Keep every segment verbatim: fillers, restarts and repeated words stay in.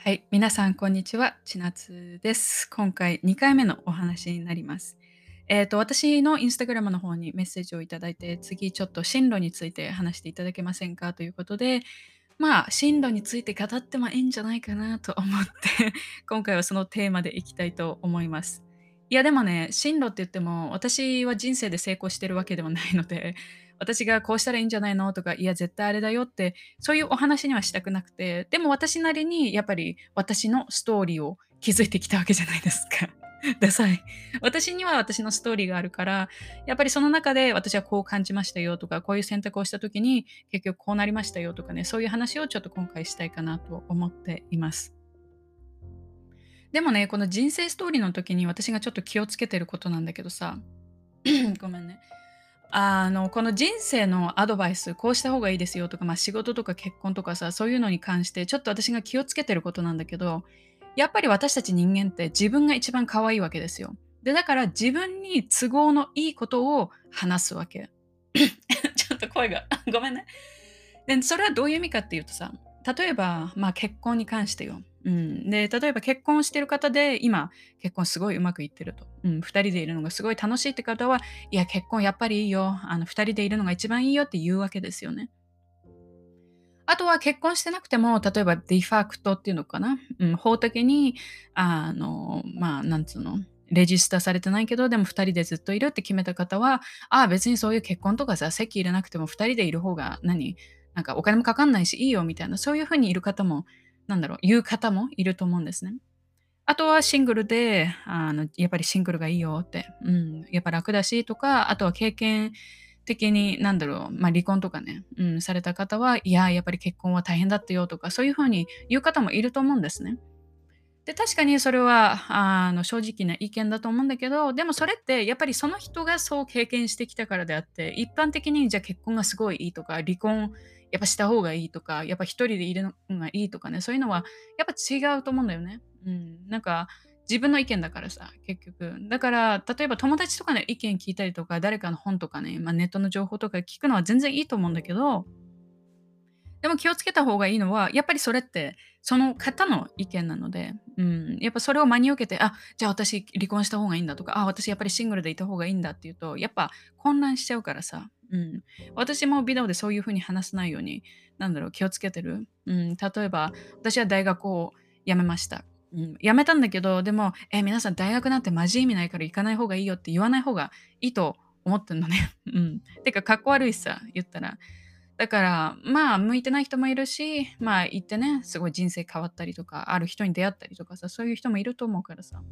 はい、皆さんこんにちは、ちなつです。今回にかいめのお話になります。えっと、私のインスタグラムの方にメッセージをいただいて、次ちょっと進路について話していただけませんかということで、まあ、進路について語ってもいいんじゃないかなと思って、今回はそのテーマでいきたいと思います。いや、でもね、進路って言っても、私は人生で成功してるわけではないので、私がこうしたらいいんじゃないのとか、いや、絶対あれだよって、そういうお話にはしたくなくて、でも私なりにやっぱり私のストーリーを築いてきたわけじゃないですか。ダサい。私には私のストーリーがあるから、やっぱりその中で私はこう感じましたよとか、こういう選択をした時に結局こうなりましたよとかね、そういう話をちょっと今回したいかなと思っています。でもね、この人生ストーリーの時に私がちょっと気をつけてることなんだけどさ、ごめんね。あの、この人生のアドバイス、こうした方がいいですよとか、まあ、仕事とか結婚とかさ、そういうのに関してちょっと私が気をつけてることなんだけど、やっぱり私たち人間って自分が一番可愛いわけですよ。で、だから自分に都合のいいことを話すわけ。ちょっと声がごめんね。で、それはどういう意味かっていうとさ、例えば、まあ、結婚に関してよ。うん。で、例えば結婚してる方で、今、結婚すごいうまくいってると。うん、ふたりでいるのがすごい楽しいって方は、いや、結婚やっぱりいいよ。あの、ふたりでいるのが一番いいよって言うわけですよね。あとは結婚してなくても、例えばディファクトっていうのかな。うん、法的に、あの、まあ、なんつうの、レジスタされてないけど、でもふたりでずっといるって決めた方は、ああ、別にそういう結婚とかさ、籍入れなくてもふたりでいる方が何、なんかお金もかかんないしいいよみたいな、そういう風にいる方も、なんだろう、言う方もいると思うんですね。あとはシングルで、あの、やっぱりシングルがいいよって、うん、やっぱ楽だしとか、あとは経験的になんだろう、ま、離婚とかね、うん、された方は、いや、やっぱり結婚は大変だったよとか、そういう風に言う方もいると思うんですね。で、確かにそれは、あの、正直な意見だと思うんだけど、でもそれってやっぱりその人がそう経験してきたからであって、一般的にじゃあ結婚がすごいいいとか、離婚やっぱした方がいいとか、やっぱ一人でいるのがいいとかね、そういうのはやっぱ違うと思うんだよね。うん。なんか、自分の意見だからさ、結局。だから、例えば友達とかの意見聞いたりとか、誰かの本とかね、まあ、ネットの情報とか聞くのは全然いいと思うんだけど、でも気をつけた方がいいのは、やっぱりそれって、その方の意見なので、うん、やっぱそれを真に受けて、あ、じゃあ私離婚した方がいいんだとか、あ、私やっぱりシングルでいた方がいいんだっていうと、やっぱ混乱しちゃうからさ、うん。私もビデオでそういう風に話さないように、なんだろう、気をつけてる。うん、例えば、私は大学を辞めました。うん、辞めたんだけど、でも、え、皆さん大学なんてマジ意味ないから行かない方がいいよって言わない方がいいと思ってんのね。うん。てか、かっこ悪いしさ、言ったら。だから、まあ、向いてない人もいるし、まあ、行ってね、すごい人生変わったりとか、ある人に出会ったりとかさ、そういう人もいると思うからさ。うん。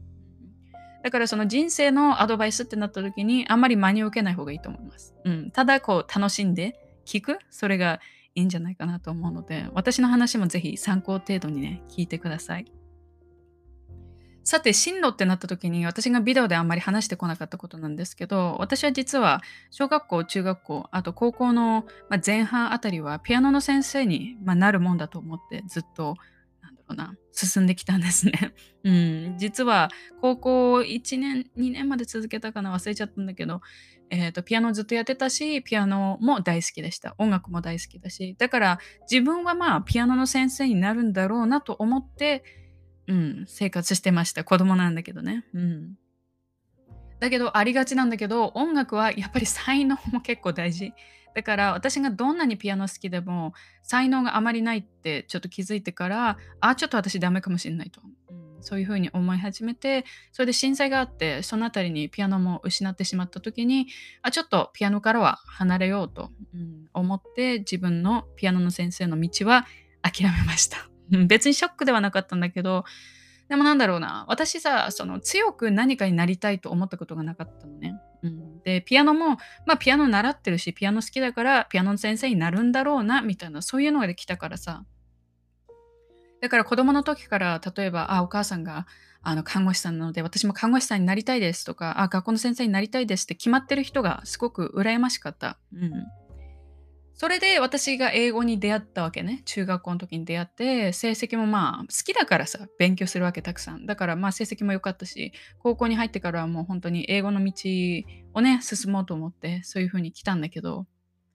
だからその人生のアドバイスってなった時に、あんまり真に受けない方がいいと思います。うん。ただこう楽しんで聞く、それがいいんじゃないかなと思うので、私の話もぜひ参考程度にね、聞いてください。さて、進路ってなった時に、私がビデオであんまり話してこなかったことなんですけど、私は実は小学校、中学校、あと高校の、ま、前半あたりはピアノの先生に、ま、なるもんだと思ってずっと、なんだろうな、進んできたんですね。うん、実は高校いちねん、にねんまで続けたかな、忘れちゃったんだけど、えっと、ピアノずっとやってたし、ピアノも大好きでした。音楽も大好きだし、だから自分は、まあ、ピアノの先生になるんだろうなと思ってうん、生活してました。子供なんだけどね。うん。だけど、ありがちなんだけど、音楽はやっぱり才能も結構大事。だから私がどんなにピアノ好きでも、才能があまりないってちょっと気づいてから、あ、ちょっと私ダメかもしんないと。うん、そういう風に思い始めて、それで震災があって、そのあたりにピアノも失ってしまった時に、あ、ちょっとピアノからは離れようと、うん、思って、自分のピアノの先生の道は諦めました。うん、別にショックではなかったんだけど、でもなんだろうな、私さ、その強く何かになりたいと思ったことがなかったのね。うん。で、ピアノも、ま、ピアノ習ってるし、ピアノ好きだから、ピアノの先生になるんだろうなみたいな、そういうのができたからさ。だから子供の時から、例えば、あ、お母さんが、あの、看護師さんなので、私も看護師さんになりたいですとか、あ、学校の先生になりたいですって決まってる人がすごく羨ましかった。うん。それで私が英語に出会ったわけね。中学校の時に出会って、成績もまあ、好きだからさ、勉強するわけたくさん。だからまあ成績も良かったし、高校に入ってからはもう本当に英語の道をね、進もうと思って、そういう風に来たんだけど、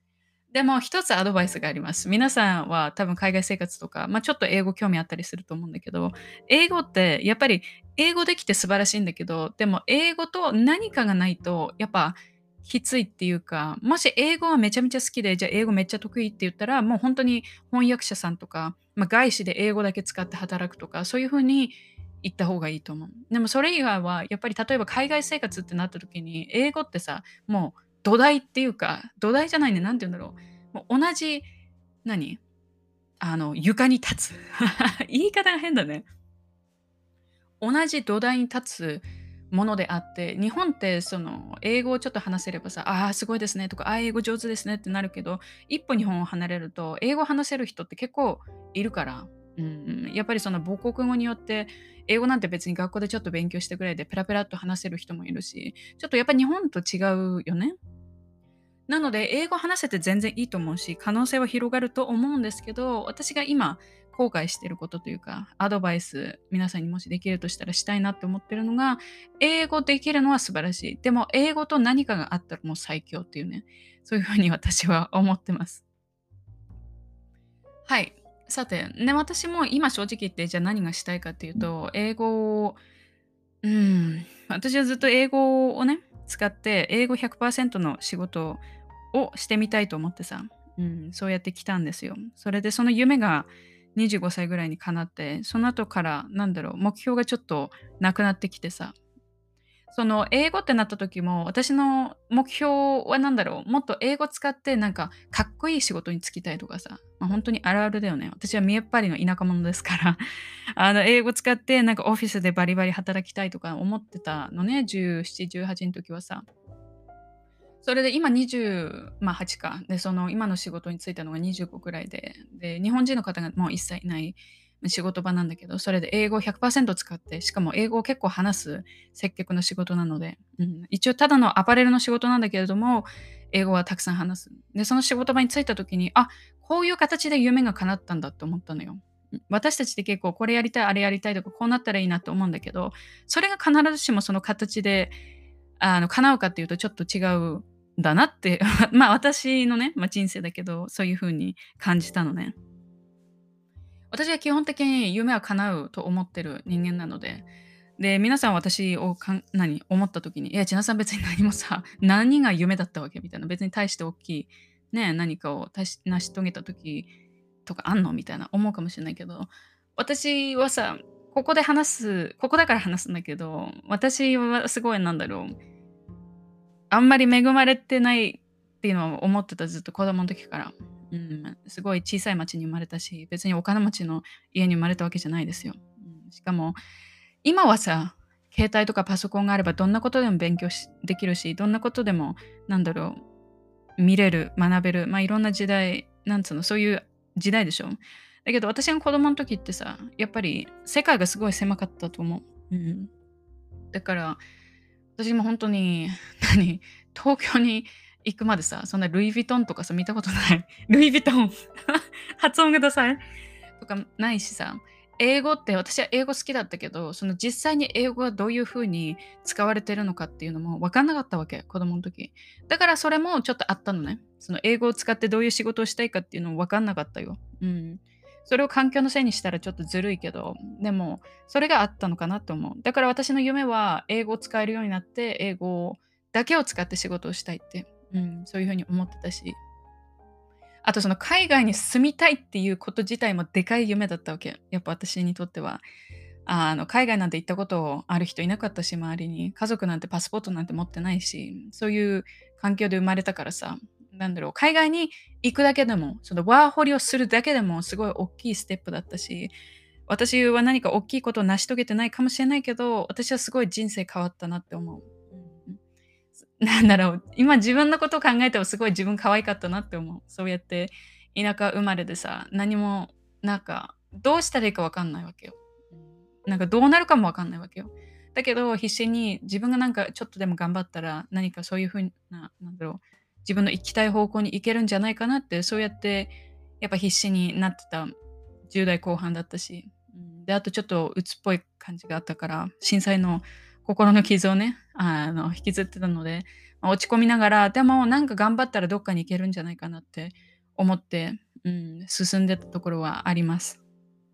でも一つアドバイスがあります。皆さんは多分海外生活とか、まあ、ちょっと英語興味あったりすると思うんだけど、英語ってやっぱり英語できて素晴らしいんだけど、でも英語と何かがないとやっぱきついっていうか、もし英語はめちゃめちゃ好きで、じゃあ英語めっちゃ得意って言ったら、もう本当に翻訳者さんとか、まあ、外資で英語だけ使って働くとか、そういう風に行った方がいいと思う。でもそれ以外はやっぱり例えば海外生活ってなった時に、英語ってさ、もう土台っていうか、土台じゃないね、なんて言うんだろう。もう同じ、何あの、床に立つ。言い方が変だね。同じ土台に立つものであって、日本ってその英語をちょっと話せればさ、ああ、すごいですねとか、ああ、英語上手ですねってなるけど、一歩日本を離れると、英語を話せる人って結構いるから、うん、やっぱりその母国語によって、英語なんて別に学校でちょっと勉強したぐらいでペラペラっと話せる人もいるし、ちょっとやっぱ日本と違うよね。なので、英語話せて全然いいと思うし、可能性は広がると思うんですけど、私が今後悔してることというか、アドバイス、皆さんにもしできるとしたらしたいなって思ってるのが、英語できるのは素晴らしい。でも、英語と何かがあったらもう最強っていうね、そういうふうに私は思ってます。はい。さて、ね、私も今正直言って、じゃあ何がしたいかっていうと、英語を、うん、私はずっと英語をね、使って、英語ひゃくパーセントの仕事をしてみたいと思ってさ、うん、そうやって来たんですよ。それでその夢がにじゅうごさいぐらいに叶って、その後からなんだろう、目標がちょっとなくなってきてさ、その英語ってなった時も、私の目標は何だろう、もっと英語使ってなんかかっこいい仕事に就きたいとかさ、まあ、本当にあるあるだよね。私は見えっ張りの田舎者ですから、あの英語使ってなんかオフィスでバリバリ働きたいとか思ってたのね、じゅうなな、じゅうはちの時はさ。それで今にじゅう、まあ、はちか。で、その今の仕事に就いたのがにじゅうごくらいで、で、日本人の方がもう一切いない仕事場なんだけど、それで英語をひゃくパーセント使って、しかも英語を結構話す接客の仕事なので、うん、一応ただのアパレルの仕事なんだけれども、英語はたくさん話す。で、その仕事場に就いた時に、あ、こういう形で夢が叶ったんだって思ったのよ。私たちって結構これやりたい、あれやりたいとか、こうなったらいいなと思うんだけど、それが必ずしもその形で、あの、叶うかっていうとちょっと違うだなって、まあ、私のね、まあ、人生だけど、そういう風に感じたのね。私は基本的に夢は叶うと思ってる人間なので、で、皆さん私をかん何、思った時に、いや、千奈さん別に何もさ、何が夢だったわけみたいな、別に大して大きい、ね、何かをたし成し遂げた時とかあんのみたいな思うかもしれないけど、私はさ、ここで話すここだから話すんだけど、私はすごいなんだろう、あんまり恵まれてないっていうのは思ってた、ずっと子供の時から。うん、すごい小さい町に生まれたし、別にお金持ちの家に生まれたわけじゃないですよ。うん、しかも、今はさ、携帯とかパソコンがあればどんなことでも勉強しできるし、どんなことでも、なんだろう、見れる、学べる、まあ、いろんな時代、なんつうの、そういう時代でしょ。だけど私が子供の時ってさ、やっぱり世界がすごい狭かったと思う。うん。だから、私も本当に、何、東京に行くまでさ、そんなルイ・ヴィトンとかさ、見たことない。ルイ・ヴィトン発音ください。とかないしさ、英語って私は英語好きだったけど、その実際に英語がどういう風に使われてるのかっていうのも分かんなかったわけ、子供の時。だからそれもちょっとあったのね。その英語を使ってどういう仕事をしたいかっていうのも分かんなかったよ。うん。それを環境のせいにしたらちょっとずるいけど、でもそれがあったのかなと思う。だから私の夢は英語を使えるようになって、英語だけを使って仕事をしたいって、うん、そういう風に思ってたし。あとその海外に住みたいっていうこと自体もでかい夢だったわけ。やっぱ私にとっては。あの、海外なんて行ったことある人いなかったし、周りに。家族なんてパスポートなんて持ってないし、そういう環境で生まれたからさ、なんだろう、海外に行くだけでも、そのワーホリをするだけでもすごい大きいステップだったし、私は何か大きいことを成し遂げてないかもしれないけど、私はすごい人生変わったなって思う。うん。なんだろう、今自分のことを考えてもすごい自分可愛かったなって思う。そうやって田舎生まれでさ、何もなんか、どうしたらいいか分かんないわけよ。うん、なんかどうなるかも分かんないわけよ。だけど必死に自分がなんかちょっとでも頑張ったら、何かそういう風な、なんだろう、自分の行きたい方向に行けるんじゃないかなって、そうやってやっぱ必死になってたじゅう代後半だったし、うん、で、あとちょっと鬱っぽい感じがあったから、震災の心の傷をね、あの、引きずってたので、 ま、落ち込みながら、でもなんか頑張ったらどっかに行けるんじゃないかなって思って、うん、進んでたところはあります。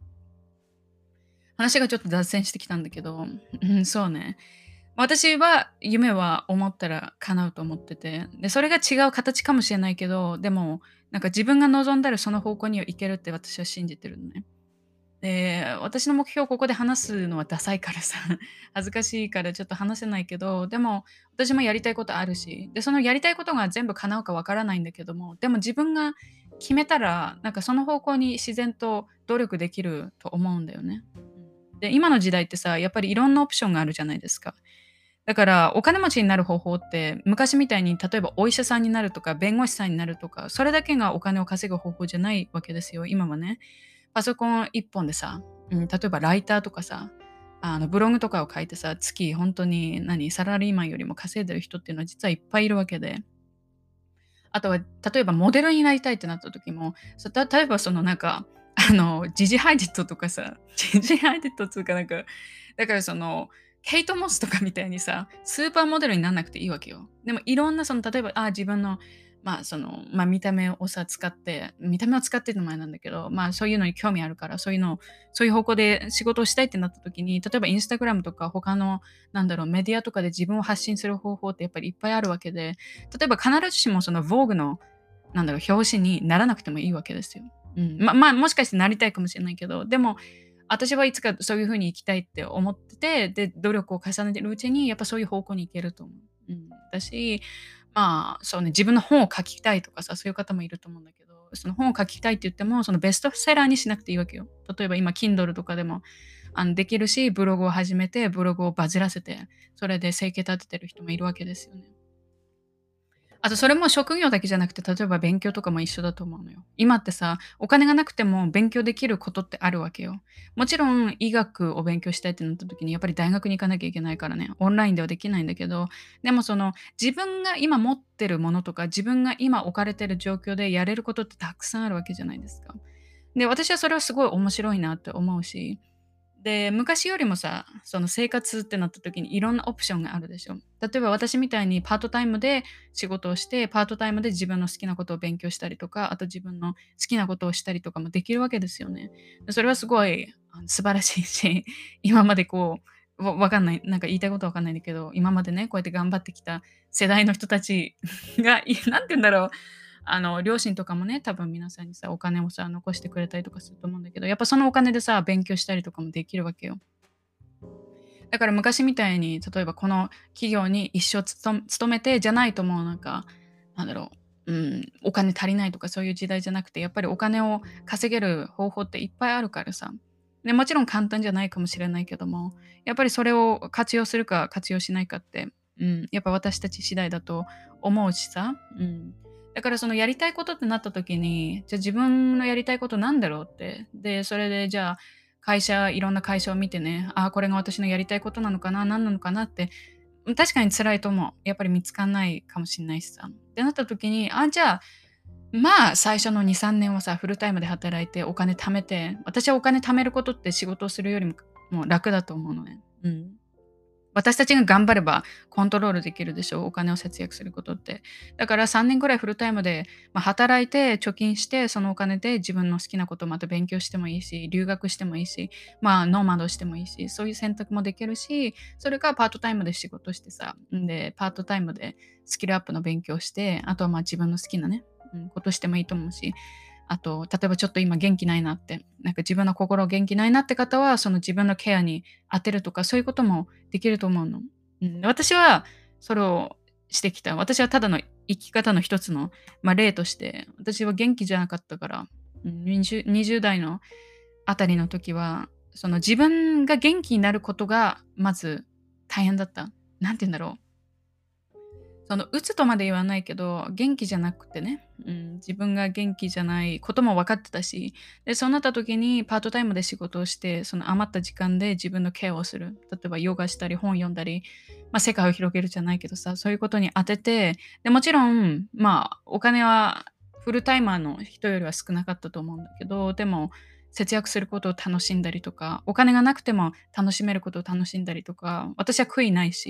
話がちょっと脱線してきたんだけど、うん、そうね。私は夢は思ったら叶うと思ってて、で、それが違う形かもしれないけど、でも、なんか自分が望んだらその方向には行けるって私は信じてるのね。で、私の目標をここで話すのはダサいからさ、恥ずかしいからちょっと話せないけど、でも私もやりたいことあるし、で、そのやりたいことが全部叶うかわからないんだけども、でも自分が決めたら、なんかその方向に自然と努力できると思うんだよね。うん。で、今の時代ってさ、やっぱりいろんなオプションがあるじゃないですか。だからお金持ちになる方法って、昔みたいに例えばお医者さんになるとか、弁護士さんになるとか、それだけがお金を稼ぐ方法じゃないわけですよ、今はね。パソコン一本でさ、うん、例えばライターとかさ、あのブログとかを書いてさ、月本当に何、サラリーマンよりも稼いでる人っていうのは実はいっぱいいるわけで。あとは例えばモデルになりたいってなった時も、そた例えばそのなんか、あの、ジジハイディットとかさ、ジジハイディットっつうかなんか、だからその、ケイト・モスとかみたいにさ、スーパーモデルになんなくていいわけよ。でもいろんなその例えば、あ、自分の、まあ、その、ま、見た目をさ、使って見た目を使ってってのもあれなんだけど、まあ、そういうのに興味あるから、そういうのをそういう方向で仕事をしたいってなった時に、例えばインスタグラムとか他のなんだろう、メディアとかで自分を発信する方法ってやっぱりいっぱいあるわけで、例えば必ずしもその Vogue の、なんだろう、表紙にならなくてもいいわけですよ。うん。ままあ、もしかしてなりたいかもしれないけど、でも、私はいつかそういう風に生きたいって思ってて、で、努力を重ねてるうちに、やっぱそういう方向に行けると思う。うん。だし、まあ、そうね、自分の本を書きたいとかさ、そういう方もいると思うんだけど、その本を書きたいって言っても、そのベストセラーにしなくていいわけよ。例えば今 Kindle とかでも、あの、できるし、ブログを始めて、ブログをバズらせて、それで生計立ててる人もいるわけですよね。あとそれも職業だけじゃなくて、例えば勉強とかも一緒だと思うのよ。今ってさ、お金がなくても勉強できることってあるわけよ。もちろん医学を勉強したいってなった時にやっぱり大学に行かなきゃいけないからね、オンラインではできないんだけど、でもその自分が今持ってるものとか、自分が今置かれてる状況でやれることってたくさんあるわけじゃないですか。で、私はそれはすごい面白いなって思うし、で、昔よりもさ、その生活ってなった時にいろんなオプションがあるでしょ。例えば私みたいにパートタイムで仕事をして、パートタイムで自分の好きなことを勉強したりとか、あと自分の好きなことをしたりとかもできるわけですよね。それはすごいあの素晴らしいし、今までこう、わわかんない、なんか言いたいことはわかんないんだけど、今までね、こうやって頑張ってきた世代の人たちが、いなんて言うんだろう、あの、両親とかもね、多分皆さんにさ、お金をさ、残してくれたりとかすると思うんだけど、やっぱそのお金でさ、勉強したりとかもできるわけよ。だから昔みたいに、例えばこの企業に一生つと勤めてじゃないともうなんか、なんだろう、うん、お金足りないとかそういう時代じゃなくて、やっぱりお金を稼げる方法っていっぱいあるからさ。で、もちろん簡単じゃないかもしれないけども、やっぱりそれを活用するか活用しないかって、うん、やっぱ私たち次第だと思うしさ。うん。だからそのやりたいことってなった時に、じゃあ自分のやりたいことなんだろうって。で、それでじゃあ会社いろんな会社を見てね、ああ、これが私のやりたいことなのかな、何なのかなって、うん、確かに辛いと思う。やっぱり見つかんないかもしんないしさ。ってなった時に、あ、じゃあ、まあ、最初のに、さんねんはさ、フルタイムで働いてお金貯めて、私はお金貯めることって仕事をするよりも、もう楽だと思うのね。うん。私たちが頑張ればコントロールできるでしょ、お金を節約することって。だからさんねんぐらいフルタイムで、まあ、働いて貯金して、そのお金で自分の好きなことをまた勉強してもいいし、留学してもいいし、まあ、ノーマドしてもいいし、そういう選択もできるし、それからパートタイムで仕事してさ、んで、パートタイムでスキルアップの勉強して、あとはまあ自分の好きなね、うん、ことしてもいいと思うし、あと、例えばちょっと今元気ないなって、なんか自分の心元気ないなって方は、その自分のケアに当てるとか、そういうこともできると思うの。うん、私はそれをしてきた。私はただの生き方の一つの、まあ、例として、私は元気じゃなかったから、うん、にじゅうにじゅう代のあたりの時は、その自分が元気になることがまず大変だった。なんて言うんだろう。その、鬱とまで言わないけど、元気じゃなくてね、うん、自分が元気じゃないことも分かってたし、で、そうなった時にパートタイムで仕事をして、その余った時間で自分のケアをする。例えばヨガしたり、本読んだり、まあ、世界を広げるじゃないけどさ、そういうことに当てて、で、もちろん、まあ、お金はフルタイマーの人よりは少なかったと思うんだけど、でも、節約することを楽しんだりとか、お金がなくても楽しめることを楽しんだりとか、私は悔いないし、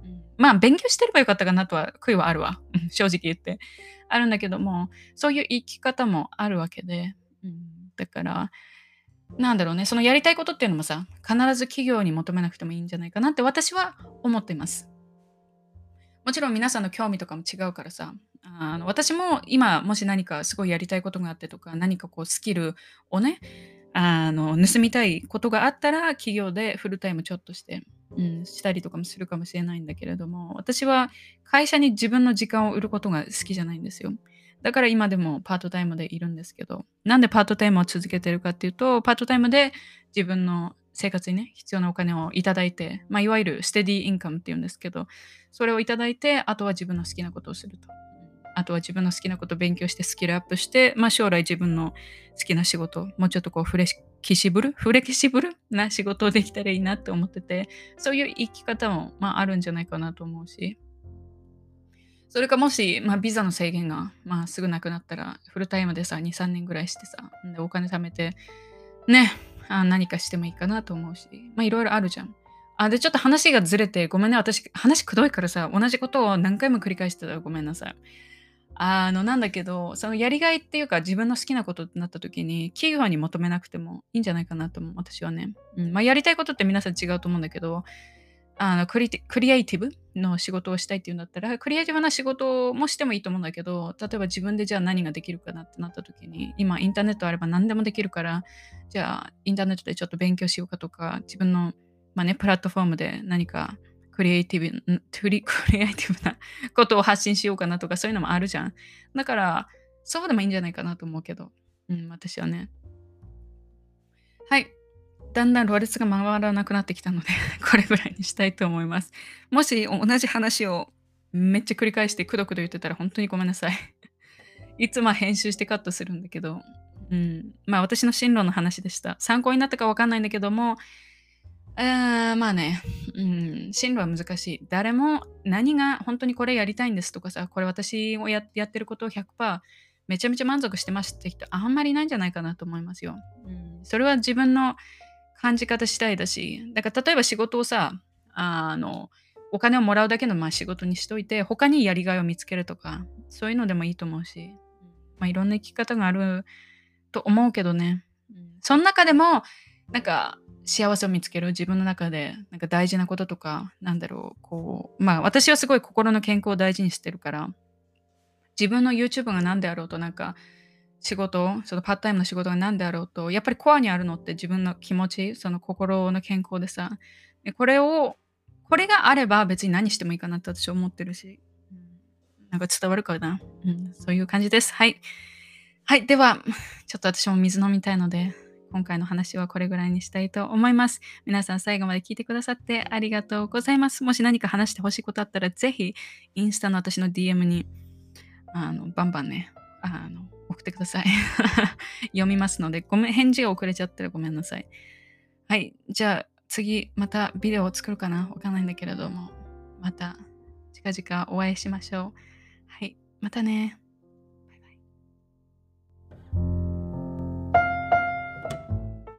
うん、まあ、勉強してればよかったかなとは悔いはあるわ。うん、正直言って。あるんだけども、そういう生き方もあるわけで、うん、だから、なんだろうね、そのやりたいことっていうのもさ、必ず企業に求めなくてもいいんじゃないかなって私は思っています。もちろん皆さんの興味とかも違うからさ、あの、私も今もし何かすごいやりたいことがあってとか、何かこうスキルをね、あの、盗みたいことがあったら、企業でフルタイムちょっとして、うん、したりとかもするかもしれないんだけれども、私は会社に自分の時間を売ることが好きじゃないんですよ。だから今でもパートタイムでいるんですけど、なんでパートタイムを続けてるかっていうと、パートタイムで自分の生活にね、必要なお金をいただいて、まあ、いわゆるステディインカムっていうんですけど、それをいただいて、あとは自分の好きなことをすると。あとは自分の好きなことを勉強してスキルアップして、まあ、将来自分の好きな仕事、もうちょっとこうフレキシブルフレキシブルな仕事をできたらいいなって思ってて、そういう生き方も、まあ、あるんじゃないかなと思うし、それかもし、まあ、ビザの制限が、まあ、すぐなくなったら、フルタイムでさ、に、さんねんぐらいしてさ、で、お金貯めて、ね、あ、何かしてもいいかなと思うし、ま、いろいろあるじゃん。あ、で、ちょっと話がずれてごめんね、私、話くどいからさ、同じことを何回も繰り返してたらごめんなさい。あの、なんだけど、そのやりがいっていうか、自分の好きなことってなった時に、企業に求めなくてもいいんじゃないかなと思う、私はね。うん、ま、やりたいことって皆さん違うと思うんだけど、あの、クリティクリエイティブの仕事をしたいっていうんだったら、クリエイティブな仕事もしてもいいと思うんだけど、例えば自分でじゃあ何ができるかなってなった時に、今インターネットあれば何でもできるから、じゃあインターネットでちょっと勉強しようかとか、自分の、まあね、プラットフォームで何かクリエイティブん、クリクリエイティブなことを発信しようかなとか、そういうのもあるじゃん。だから、そうでもいいんじゃないかなと思うけど。うん、私はね。はい。だんだんろれつが回らなくなってきたのでこれぐらいにしたいと思います。もし同じ話をめっちゃ繰り返してくどくど言ってたら本当にごめんなさい。いつも編集してカットするんだけど、うん、まあ、私の進路の話でした。参考になったかわかんないんだけども、あーまあね、うん、進路は難しい。誰も何が本当にこれやりたいんですとかさ、これ私をややってることをひゃくパーセントめちゃめちゃ満足してますって人あんまりいないんじゃないかなと思いますよ。うん、それは自分の感じ方次第だし、だから例えば仕事をさ、あの、お金をもらうだけの、ま、仕事にしといて、他にやりがいを見つけるとか、そういうのでもいいと思うし、まあ、いろんな生き方があると思うけどね。うん、その中でも、なんか幸せを見つける、自分の中でなんか大事なこととか、なんだろう、こう、まあ、私はすごい心の健康を大事にしてるから、自分の YouTube が何であろうと、なんか仕事、そのパートタイムの仕事が何であろうと、やっぱりコアにあるのって自分の気持ち、その心の健康でさ、で、これをこれがあれば別に何してもいいかなって私は思ってるし、うん、なんか伝わるかな？うん、そういう感じです。はい。はい、では、ちょっと私も水飲みたいので、今回の話はこれぐらいにしたいと思います。皆さん最後まで聞いてくださってありがとうございます。もし何か話して欲しいことあったら、ぜひインスタの私の ディーエム に、あの、バンバンね、あの、送ってください。読みますので、ごめん返事が遅れちゃったらごめんなさい。はい、じゃあ次またビデオを作るかな、わかんないんだけれども、また近々お会いしましょう。はい、またね。